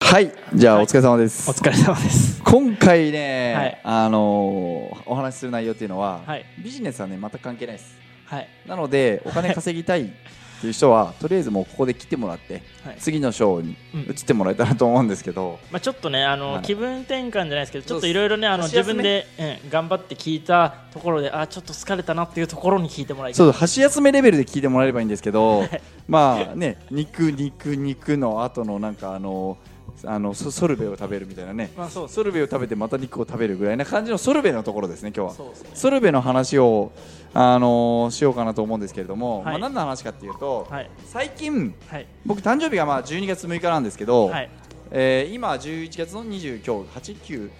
はい、じゃあお疲れ様です。 お疲れ様です。 今回ね、お話しする内容っていうのは、ビジネスはね全く関係ないです。なのでお金稼ぎたいっていう人はとりあえずもうここで来てもらって、次のショーに移ってもらえたらと思うんですけど、 ちょっとね気分転換じゃないですけど、ちょっといろいろね自分で、頑張って聞いたところでちょっと疲れたなっていうところに聞いてもらいたい。 そう、箸休めレベルで聞いてもらえればいいんですけどまあね、肉の後のなんかソルベを食べるみたいなね、ソルベを食べてまた肉を食べるぐらいな感じのソルベのところですね。今日はソルベの話を、しようかなと思うんですけれども、何の話かっていうと、最近、僕誕生日が12月6日なんですけど、今11月の20今日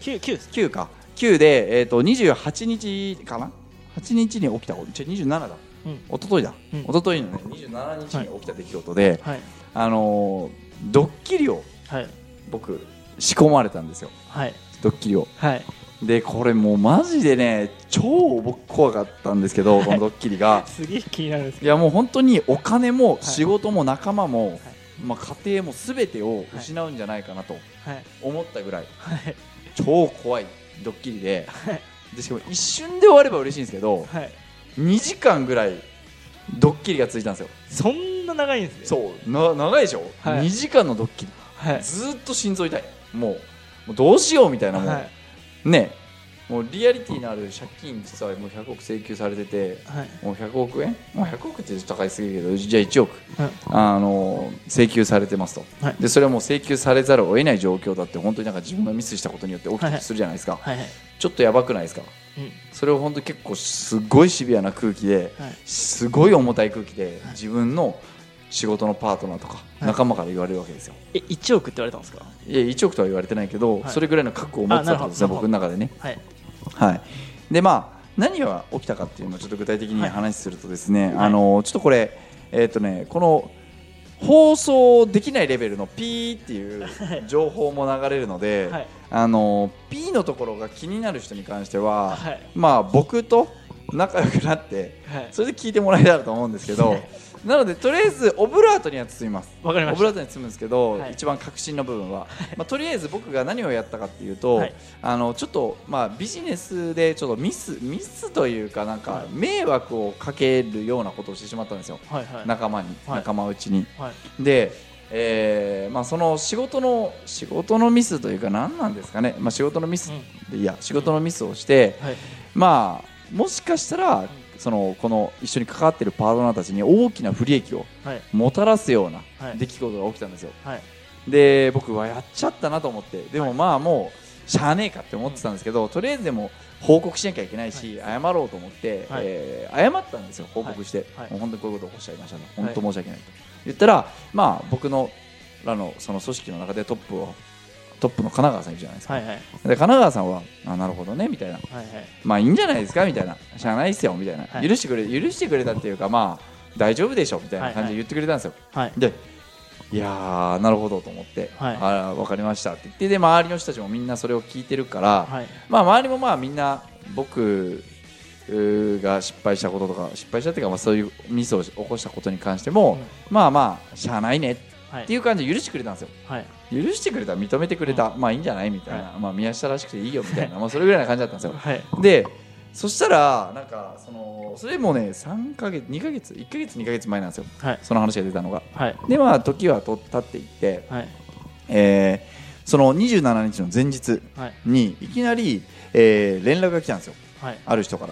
9か9で、28日かな、8日に起きたこと、27だ、一昨日だ、一昨日のね27日に起きた出来事で、ドッキリを僕仕込まれたんですよ、ドッキリを。でこれもうマジでね超僕怖かったんですけど、このドッキリがすげえ気になるんですけど、いやもう本当にお金も仕事も仲間も、家庭も全てを失うんじゃないかなと思ったぐらい、超怖いドッキリで、しかも一瞬で終われば嬉しいんですけど、2時間ぐらいドッキリが続いたんですよ。 そんな長いんですね。 そう長いでしょ、2時間のドッキリ、ずっと心臓痛い、もうどうしようみたいな、もうね、もうリアリティのある借金実はもう100億請求されてて、もう100億円、もう100億って高いすぎるけど、じゃあ1億、請求されてますと、でそれはもう請求されざるを得ない状況だって、本当になんか自分がミスしたことによって起きたりするじゃないですか、ちょっとやばくないですか、それを本当に結構すごいシビアな空気で、すごい重たい空気で自分の仕事のパートナーとか仲間から言われるわけですよ。 1億って言われたんですか？ いや1億とは言われてないけど、それぐらいの覚悟を持ってたんですね、僕の中でね。で何が起きたかっていうのをちょっと具体的に話するとですね、ちょっとこれこの放送できないレベルのピーっていう情報も流れるので、ピーのところが気になる人に関しては、僕と仲良くなってそれで聞いてもらえたらと思うんですけど、なのでとりあえずオブラートには包みます。オブラートに包むんですけど、一番核心の部分は、とりあえず僕が何をやったかっていうと、ちょっとビジネスでちょっとミスというか、なんか迷惑をかけるようなことをしてしまったんですよ、仲間内に。でその仕事のミスというか何なんですかね、仕事のミスで、仕事のミスをして、もしかしたらこの一緒に関わっているパートナーたちに大きな不利益をもたらすような出来事が起きたんですよ。で僕はやっちゃったなと思って、でももうしゃあねえかって思ってたんですけど、とりあえずでも報告しなきゃいけないし、謝ろうと思って、謝ったんですよ、報告して。もう本当にこういうことを起こしちゃいましたね、本当申し訳ないと言ったら、僕のその組織の中でトップの神奈川さんいるじゃないですか、で神奈川さんはなるほどねみたいな、いいんじゃないですかみたいな、しゃあないっすよみたいな、許してくれたっていうか、大丈夫でしょみたいな感じで言ってくれたんですよ。でいやーなるほどと思って、分かりましたって言って、で周りの人たちもみんなそれを聞いてるから、周りもみんな僕が失敗したこととか、失敗したっていうか、そういうミスを起こしたことに関しても、しゃあないねっていう感じで許してくれたんですよ。許してくれた、認めてくれた、いいんじゃないみたいな、宮下らしくていいよみたいな、それぐらいな感じだったんですよ。でそしたらなんかそれもね3ヶ月2ヶ月1ヶ月2ヶ月前なんですよ、その話が出たのが。で時は経っていって、その27日の前日にいきなり、連絡が来たんですよ、ある人から。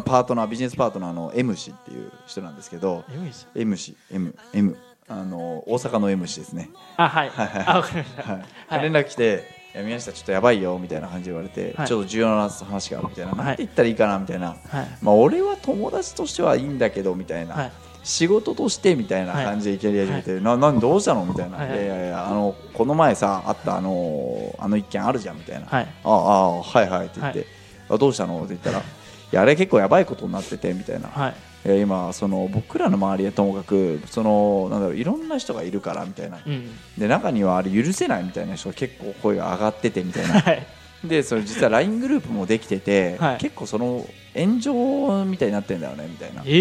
ビジネスパートナーの M 氏っていう人なんですけど、 M 氏大阪の M 氏ですね。連絡来て、宮下ちょっとやばいよみたいな感じで言われて、ちょっと重要な話があるみたいな、なんて言ったらいいかなみたいな、俺は友達としてはいいんだけどみたいな、仕事としてみたいな感じでいきなり始めて、どうしたのみたいな、この前さあった一件あるじゃんみたいな、はいって言って、どうしたのって言ったら、あれ結構やばいことになっててみたいな、今僕らの周りでともかくいろんな人がいるからみたいな、で中にはあれ許せないみたいな人が結構声が上がっててみたいな、でそれ実は LINE グループもできてて、結構炎上みたいになってんだよねみたいな、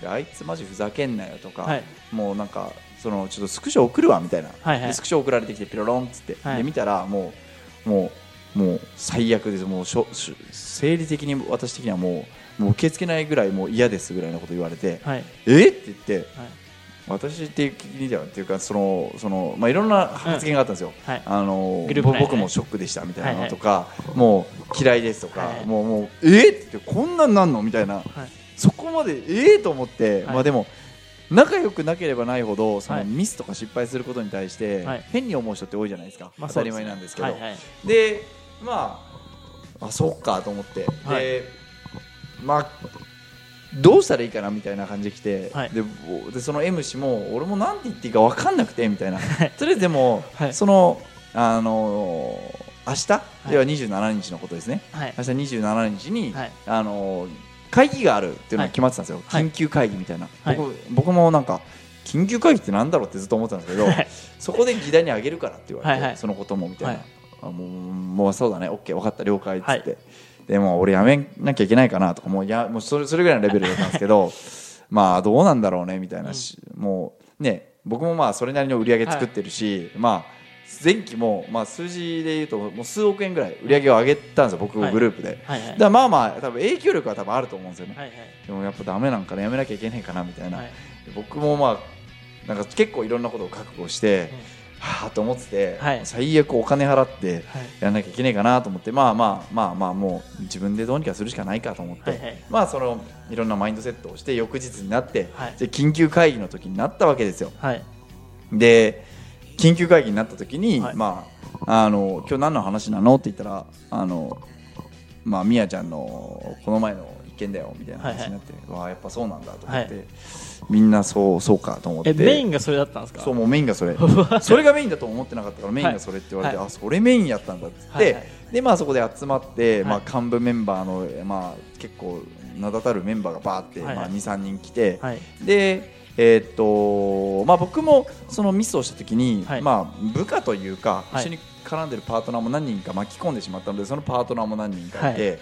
あいつマジふざけんなよとか、もうなんかちょっとスクショ送るわみたいな、でスクショ送られてきてピロロンっつって、で見たらもう最悪です。もう生理的に私的にはもう受け付けないぐらいもう嫌ですぐらいのこと言われて、って言って、私的にではっていうかいろんな発言があったんですよ。僕もショックでしたみたいなのとか、もう嫌いですとか、もうってこんなんなんのみたいな、そこまでと思って、まあでも仲良くなければないほどミスとか失敗することに対して変に思う人って多いじゃないですか。当たり前なんですけど、でまあそうかと思って、でまあどうしたらいいかなみたいな感じで来て、でその M 氏も俺もなんて言っていいか分かんなくてみたいな、とりあえずでも明日では27日のことですね、明日27日に会議があるっていうのが決まってたんですよ、緊急会議みたいな。僕もなんか緊急会議ってなんだろうってずっと思ってたんですけど、そこで議題にあげるからって言われて、そのこともみたいな、もうそうだね OK 分かった了解っつって、でも俺やめなきゃいけないかなとか、もうそれぐらいのレベルだったんですけどまあどうなんだろうねみたいな、もうね僕もまあそれなりの売り上げ作ってるし、まあ前期もまあ数字でいうともう数億円ぐらい売り上げを上げたんですよ、僕グループで。だからまあ多分影響力は多分あると思うんですよね。でもやっぱダメなんかね、やめなきゃいけないかなみたいな、僕もまあなんか結構いろんなことを覚悟してはぁと思ってて、最悪お金払ってやらなきゃいけないかなと思って、まあもう自分でどうにかするしかないかと思って、まあいろんなマインドセットをして翌日になって、で緊急会議の時になったわけですよ。で緊急会議になった時に、まあ今日何の話なのって言ったらまあみやちゃんのこの前の一件だよみたいな話になって、わあやっぱそうなんだと思って、みんなそうかと思って。 メインがそれだったんですか？ そう、もうメインがそれそれがメインだと思ってなかったから、メインがそれって言われて、あそれメインやったんだって言って、でまあそこで集まって、まあ幹部メンバーのまあ結構名だたるメンバーがバーって、まあ 2,3 人来て、でまあ、僕もそのミスをしたときに、まあ、部下というか一緒に絡んでるパートナーも何人か巻き込んでしまったので、そのパートナーも何人かいて、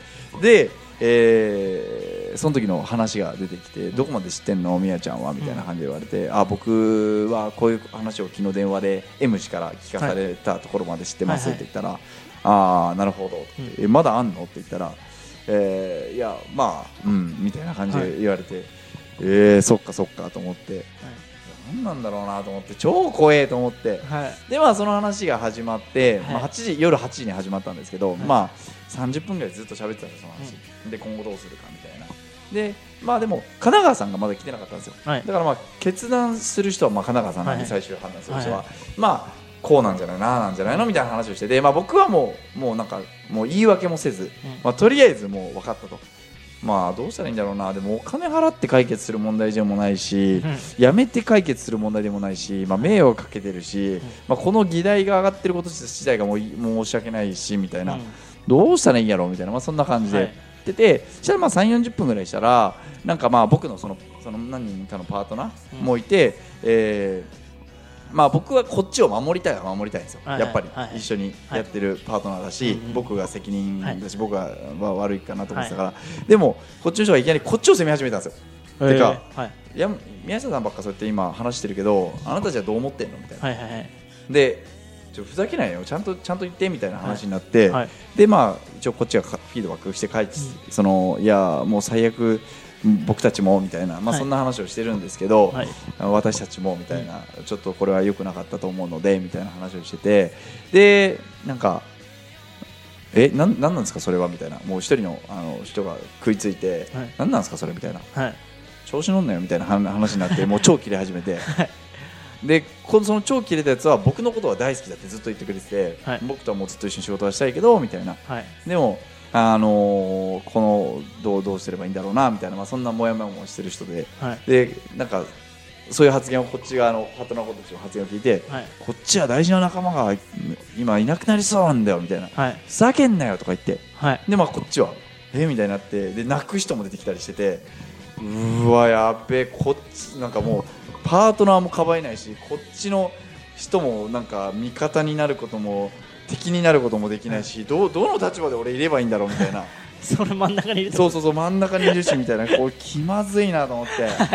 で、その時の話が出てきて、どこまで知ってんのみやちゃんはみたいな感じで言われて、僕はこういう話を昨日電話で M 氏から聞かされたところまで知ってますって言ったら、なるほど、まだあんのって言ったら、いやまあみたいな感じで言われて、そっかと思って、何なんだろうなと思って、超怖えと思って、でまあその話が始まって、まあ夜8時に始まったんですけど、まあ30分ぐらいずっと喋ってたんです、その話で、今後どうするかみたいな。でまあでも神奈川さんがまだ来てなかったんですよ、だからまあ決断する人はまあ神奈川さんなんで、最終判断する人はまあこうなんじゃないなんじゃないのみたいな話をして、でまあ僕はもうなんかもう言い訳もせず、まあとりあえずもう分かったと。まあどうしたらいいんだろうな、でもお金払って解決する問題でもないし、やめて解決する問題でもないし、まあ迷惑かけてるし、まあこの議題が上がってること自体がもう申し訳ないしみたいな、どうしたらいいんやろうみたいな、まあそんな感じで言ってて、そしたらまあ3、40分ぐらいしたら、なんかまあ僕のその何人かのパートナーもいて、まあ僕はこっちを守りたいんですよ、やっぱり一緒にやってるパートナーだし、僕が責任だし、僕は悪いかなと思ってたから、でもこっちの人がいきなりこっちを責め始めたんですよ。てか、いや宮下さんばっかそうやって今話してるけど、あなたたちはどう思ってんのみたいな、でふざけないよ、ちゃんと言ってみたいな話になって、でまあ一応こっちがフィードバックして帰って、いやもう最悪僕たちもみたいな、まあ、そんな話をしてるんですけど、私たちもみたいな、ちょっとこれは良くなかったと思うのでみたいな話をしてて、でなんかなんなんですかそれはみたいな、もう一人の人が食いついて、なんなんですかそれみたいな、調子乗んなよみたいな話になって、もう超キレ始めてでその超キレたやつは僕のことは大好きだってずっと言ってくれてて、僕とはもうずっと一緒に仕事はしたいけどみたいな、でもこのどうすればいいんだろうなみたいな、まあ、そんなモヤモヤもしてる人で、でなんかそういう発言をこっち側のパートナーたちの発言を聞いて、こっちは大事な仲間が今いなくなりそうなんだよみたいな、ふざけんなよとか言って、でまあこっちはみたいになって、で泣く人も出てきたりしてて、うわやべえ、こっちなんかもうパートナーもかばえないし、こっちの人もなんか味方になることも敵になることもできないし、どの立場で俺いればいいんだろうみたいなそれ真ん中にいる、 そう真ん中にいるしみたいな、こう気まずいなと思って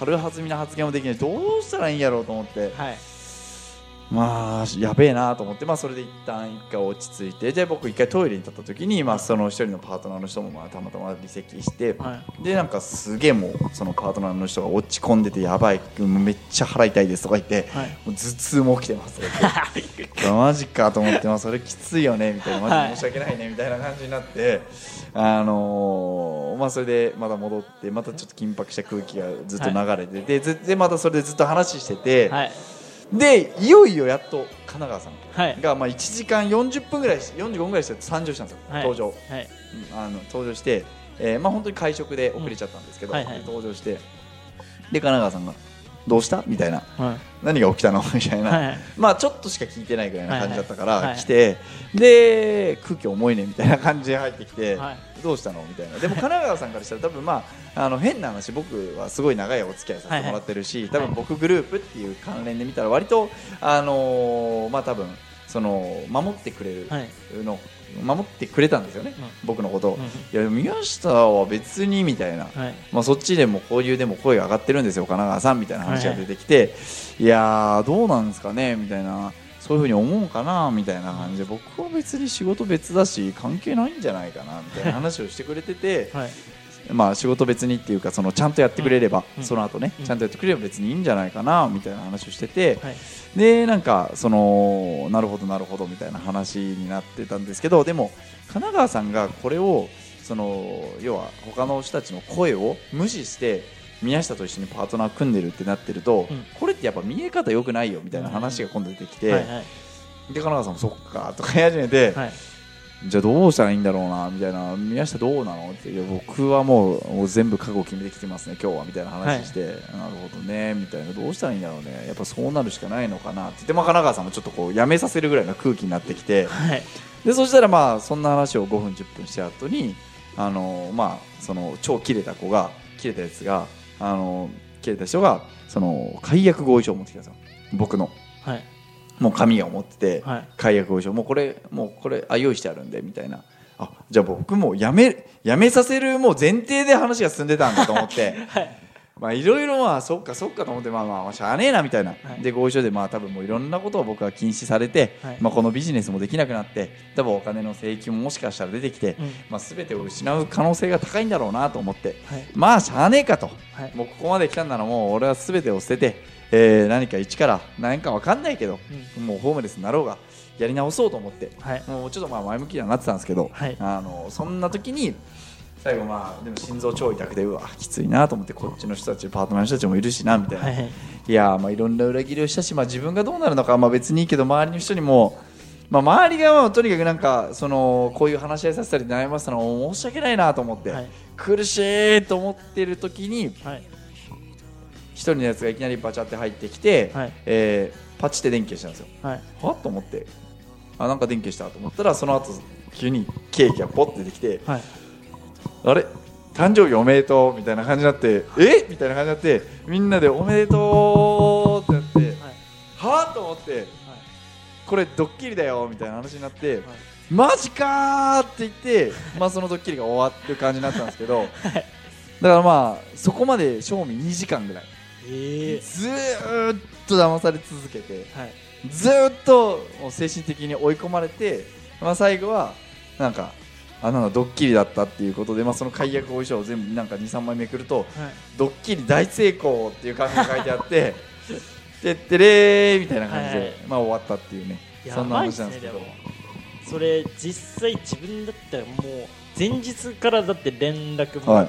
軽はずみな発言もできない、どうしたらいいんやろうと思って、 はい、 まあやべえなと思って、まあ、それで一旦一回落ち着いて、で僕一回トイレに立った時に、まあ、その一人のパートナーの人もまあたまたま離席して、 はい、でなんかすげえもうそのパートナーの人が落ち込んでて、やばいめっちゃ腹痛いですとか言って、はい、もう頭痛も起きてますマジかと思って、まあ、それきついよねみたいな、マジ申し訳ないねみたいな感じになって、まあ、それでまた戻って、またちょっと緊迫した空気がずっと流れてて、でまたそれでずっと話してて、はい、でいよいよやっと神奈川さんが、まあ1時間40分ぐらい45分ぐらいして参上したんですよ、はい、登場、はい、登場して、まあ、本当に会食で遅れちゃったんですけど、はいはい、登場して、で神奈川さんがどうしたみたいな、はい、何が起きたのみたいな、はい、まあちょっとしか聞いてないぐらいな感じだったから、はいはい、来て、で空気重いねみたいな感じで入ってきて、はい、どうしたのみたいな。でも神奈川さんからしたら多分、まあ、変な話、僕はすごい長いお付き合いさせてもらってるし、はいはい、多分僕グループっていう関連で見たら割とまあ多分その守ってくれるの、はい、守ってくれたんですよね、僕のことを、いや宮下は別にみたいな、まあ、そっちでも交流でも声が上がってるんですよ神奈川さんみたいな話が出てきて、いやどうなんですかねみたいな、そういう風に思うかなみたいな感じで、僕は別に仕事別だし関係ないんじゃないかなみたいな話をしてくれてて、まあ仕事別にっていうか、そのちゃんとやってくれれば、その後ねちゃんとやってくれれば別にいいんじゃないかなみたいな話をしてて、でなんかそのなるほどなるほどみたいな話になってたんですけど、でも神奈川さんがこれをその要は他の人たちの声を無視して宮下と一緒にパートナー組んでるってなってると、これってやっぱ見え方良くないよみたいな話が今度出てきて、で神奈川さんもそっかとか言い始めて、じゃあどうしたらいいんだろうなみたいな、宮下どうなのって、いや僕はもう全部覚悟決めてきてますね今日はみたいな話して、なるほどねみたいな、どうしたらいいんだろうね、やっぱそうなるしかないのかなって言って、まあ、神奈川さんもちょっとこうやめさせるぐらいの空気になってきて、でそしたらまあそんな話を5分10分した後にまあその超キレた子がキレたやつがキレた人がその解約合意書を持ってきたんですよ、僕の。もう紙を持ってて、解約合意書もうこれ用意してあるんでみたいな、あじゃあ僕もうやめさせるもう前提で話が進んでたんだと思って、まあいろいろまあそっかと思って、まあしゃあねえなみたいな、で合意書でまあ多分もういろんなことを僕は禁止されて、まあこのビジネスもできなくなって、多分お金の請求ももしかしたら出てきて、まあ全てを失う可能性が高いんだろうなと思って、まあしゃあねえかと、もうここまで来たんならもう俺は全てを捨てて、何か一から何か分かんないけど、もうホームレスになろうがやり直そうと思って、もうちょっとまあ前向きにはなってたんですけど、そんな時に最後まあでも心臓超痛くて、うわきついなと思って、こっちの人たちパートナーの人たちもいるしなみたいな、いやまあいろんな裏切りをしたし、まあ自分がどうなるのかまあ別にいいけど、周りの人にもまあ周りがまあとにかくなんかそのこういう話し合いさせたり悩ませたのは申し訳ないなと思って、苦しいと思ってる時に、一人のやつがいきなりバチャって入ってきて、パチって電気したんですよ。はと思って、なんか電気したと思ったら、その後急にケーキがポッて出てきて、あれ誕生日おめでとうみたいな感じになって、みたいな感じになって、みんなでおめでとうってやって、はと思って、これドッキリだよみたいな話になって、マジかーって言って、まあそのドッキリが終わってる感じになったんですけど、だからまあそこまで正味2時間ぐらいずーっと騙され続けて、ずーっともう精神的に追い込まれて、まあ、最後はなんかなんだドッキリだったっていうことで、まあ、その解約合意書を全部なんか 2,3 枚めくると、ドッキリ大成功っていう感じが書いてあっててってれーみたいな感じで、まあ、終わったっていうね、そんな話なんですけど、 それ実際自分だったらもう前日からだって連絡もらって、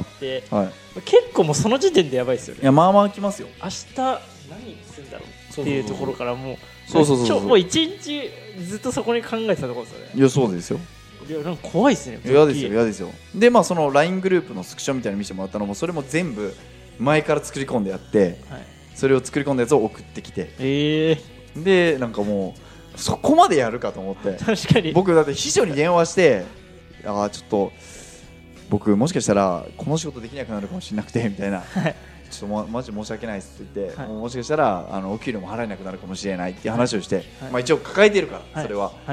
結構もうその時点でやばいですよね。 いやまあまあ来ますよ。 明日何するんだろうっていうところからもうもう一日ずっとそこに考えてたところですよね。 いやそうですよ。 いやなんか怖いですね。 嫌ですよ。でまあその LINE グループのスクショみたいなの見せてもらったのも、それも全部前から作り込んでやって、それを作り込んだやつを送ってきて、でなんかもうそこまでやるかと思って、 確かに僕だって秘書に電話して、ちょっと僕もしかしたらこの仕事できなくなるかもしれなくてみたいな、ちょっとマジ申し訳ないですって言って、もしかしたらお給料も払えなくなるかもしれないっていう話をして、まあ一応抱えてるからそれは、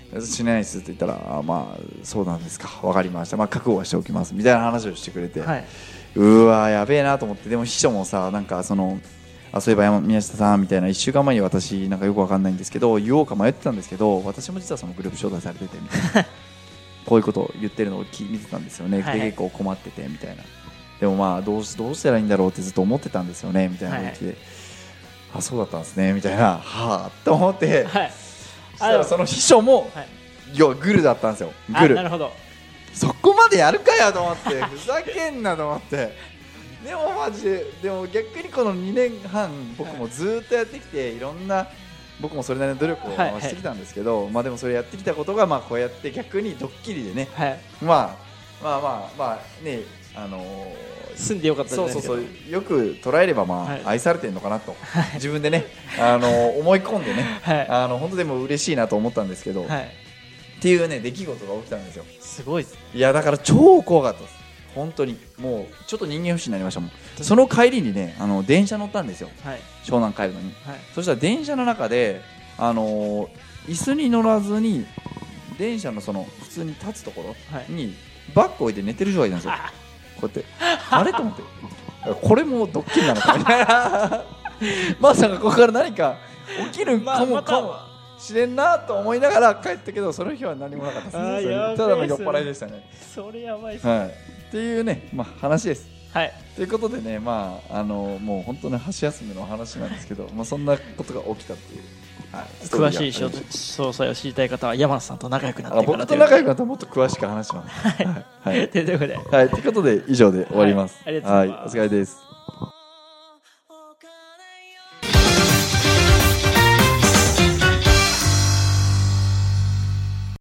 しないですって言ったら、まあそうなんですか、分かりました、まあ覚悟はしておきますみたいな話をしてくれて、はい、うわやべえなと思って。でも秘書もさ、なんかそういえば宮下さんみたいな、1週間前に私なんかよく分かんないんですけど言おうか迷ってたんですけど、私も実はそのグループ招待されててみたいなこういうことを言ってるのを見てたんですよね、はい、で結構困っててみたいな。でもまあどうしたらいいんだろうってずっと思ってたんですよねみたいな雰囲気で、はい、あそうだったんですねみたいな、はあと思って、はい、そしたらその秘書も、はい、要はグルだったんですよ。グル。 なるほど。 そこまでやるかよと思ってふざけんなと思ってでもマジで、でも逆にこの2年半僕もずっとやってきて、いろんな僕もそれなりの努力をしてきたんですけど、まあでもそれやってきたことがまあこうやって逆にドッキリでね、まあね、 住んでよかったですけど、 そうよく捉えればまあ愛されてるのかなと自分でね思い込んでね、本当でも嬉しいなと思ったんですけど、っていうね出来事が起きたんですよ。 すごいです。 いやだから超怖かったです。本当にもうちょっと人間不信になりましたもん。その帰りにね電車乗ったんですよ、湘南帰るのに、そしたら電車の中で椅子に乗らずに電車のその普通に立つところにバッグ置いて寝てる人がいたんですよこうやってあれと思ってこれもドッキリなのかみたいなまさかここから何か起きるかもしれんなと思いながら帰ったけど、その日は何もなかったですね。ただの酔っ払いでしたね。 それやばいですね、 っていうね、まあ、話です。 はい、 ということでね、まあもう本当に箸休めの話なんですけど、まあ、そんなことが起きたっていう、 詳しい詳細を知りたい方は山田さんと仲良くなって僕と仲良くなったらもっと詳しく話します。 ということで、 ということで以上で終わります。 はい、ありがとうございます。 お疲れです。